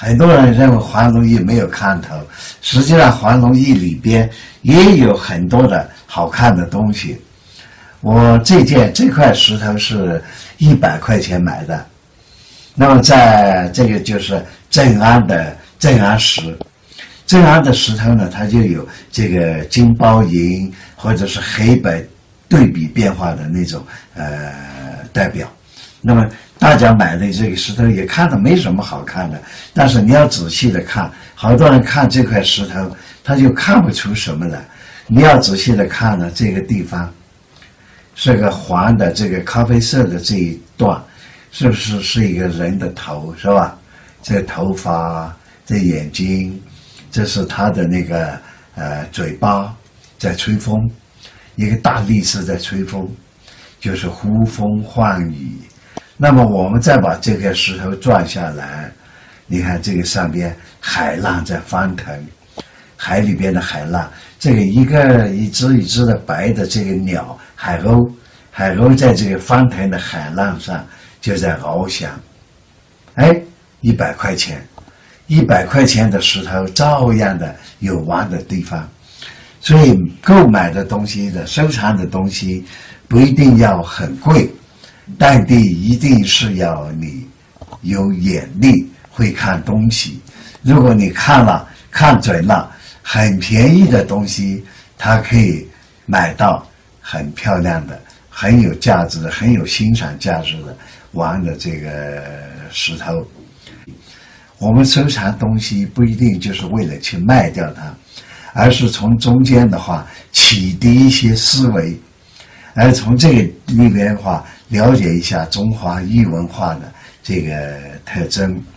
很多人认为黄龙驿没有看头，实际上黄龙驿里边也有很多的好看的东西。我这块石头是100块钱买的，那么在这个就是正安的正安石。正安的石头呢，它就有这个金包银或者是黑白对比变化的那种代表。那么大家买的这个石头也看着没什么好看的，但是你要仔细的看，好多人看这块石头他就看不出什么来。你要仔细的看呢，这个地方是个黄的这个咖啡色的这一段，是不是一个人的头，是吧？这个头发，这眼睛，这是他的那个嘴巴在吹风，一个大力士在吹风，就是呼风唤雨。那么我们再把这个石头转下来，你看这个上边海浪在翻腾，海里边的海浪，这个一只一只的白的这个鸟，海鸥在这个翻腾的海浪上就在翱翔。100块钱，100块钱的石头照样的有玩的地方。所以购买的东西的收藏的东西不一定要很贵，但一定是要你有眼力，会看东西。如果你看准了，很便宜的东西，它可以买到很漂亮的、很有价值的、很有欣赏价值的玩的这个石头。我们收藏东西不一定就是为了去卖掉它，而是从中间的话启迪一些思维，而从这个里边的话了解一下中华玉文化的这个特征。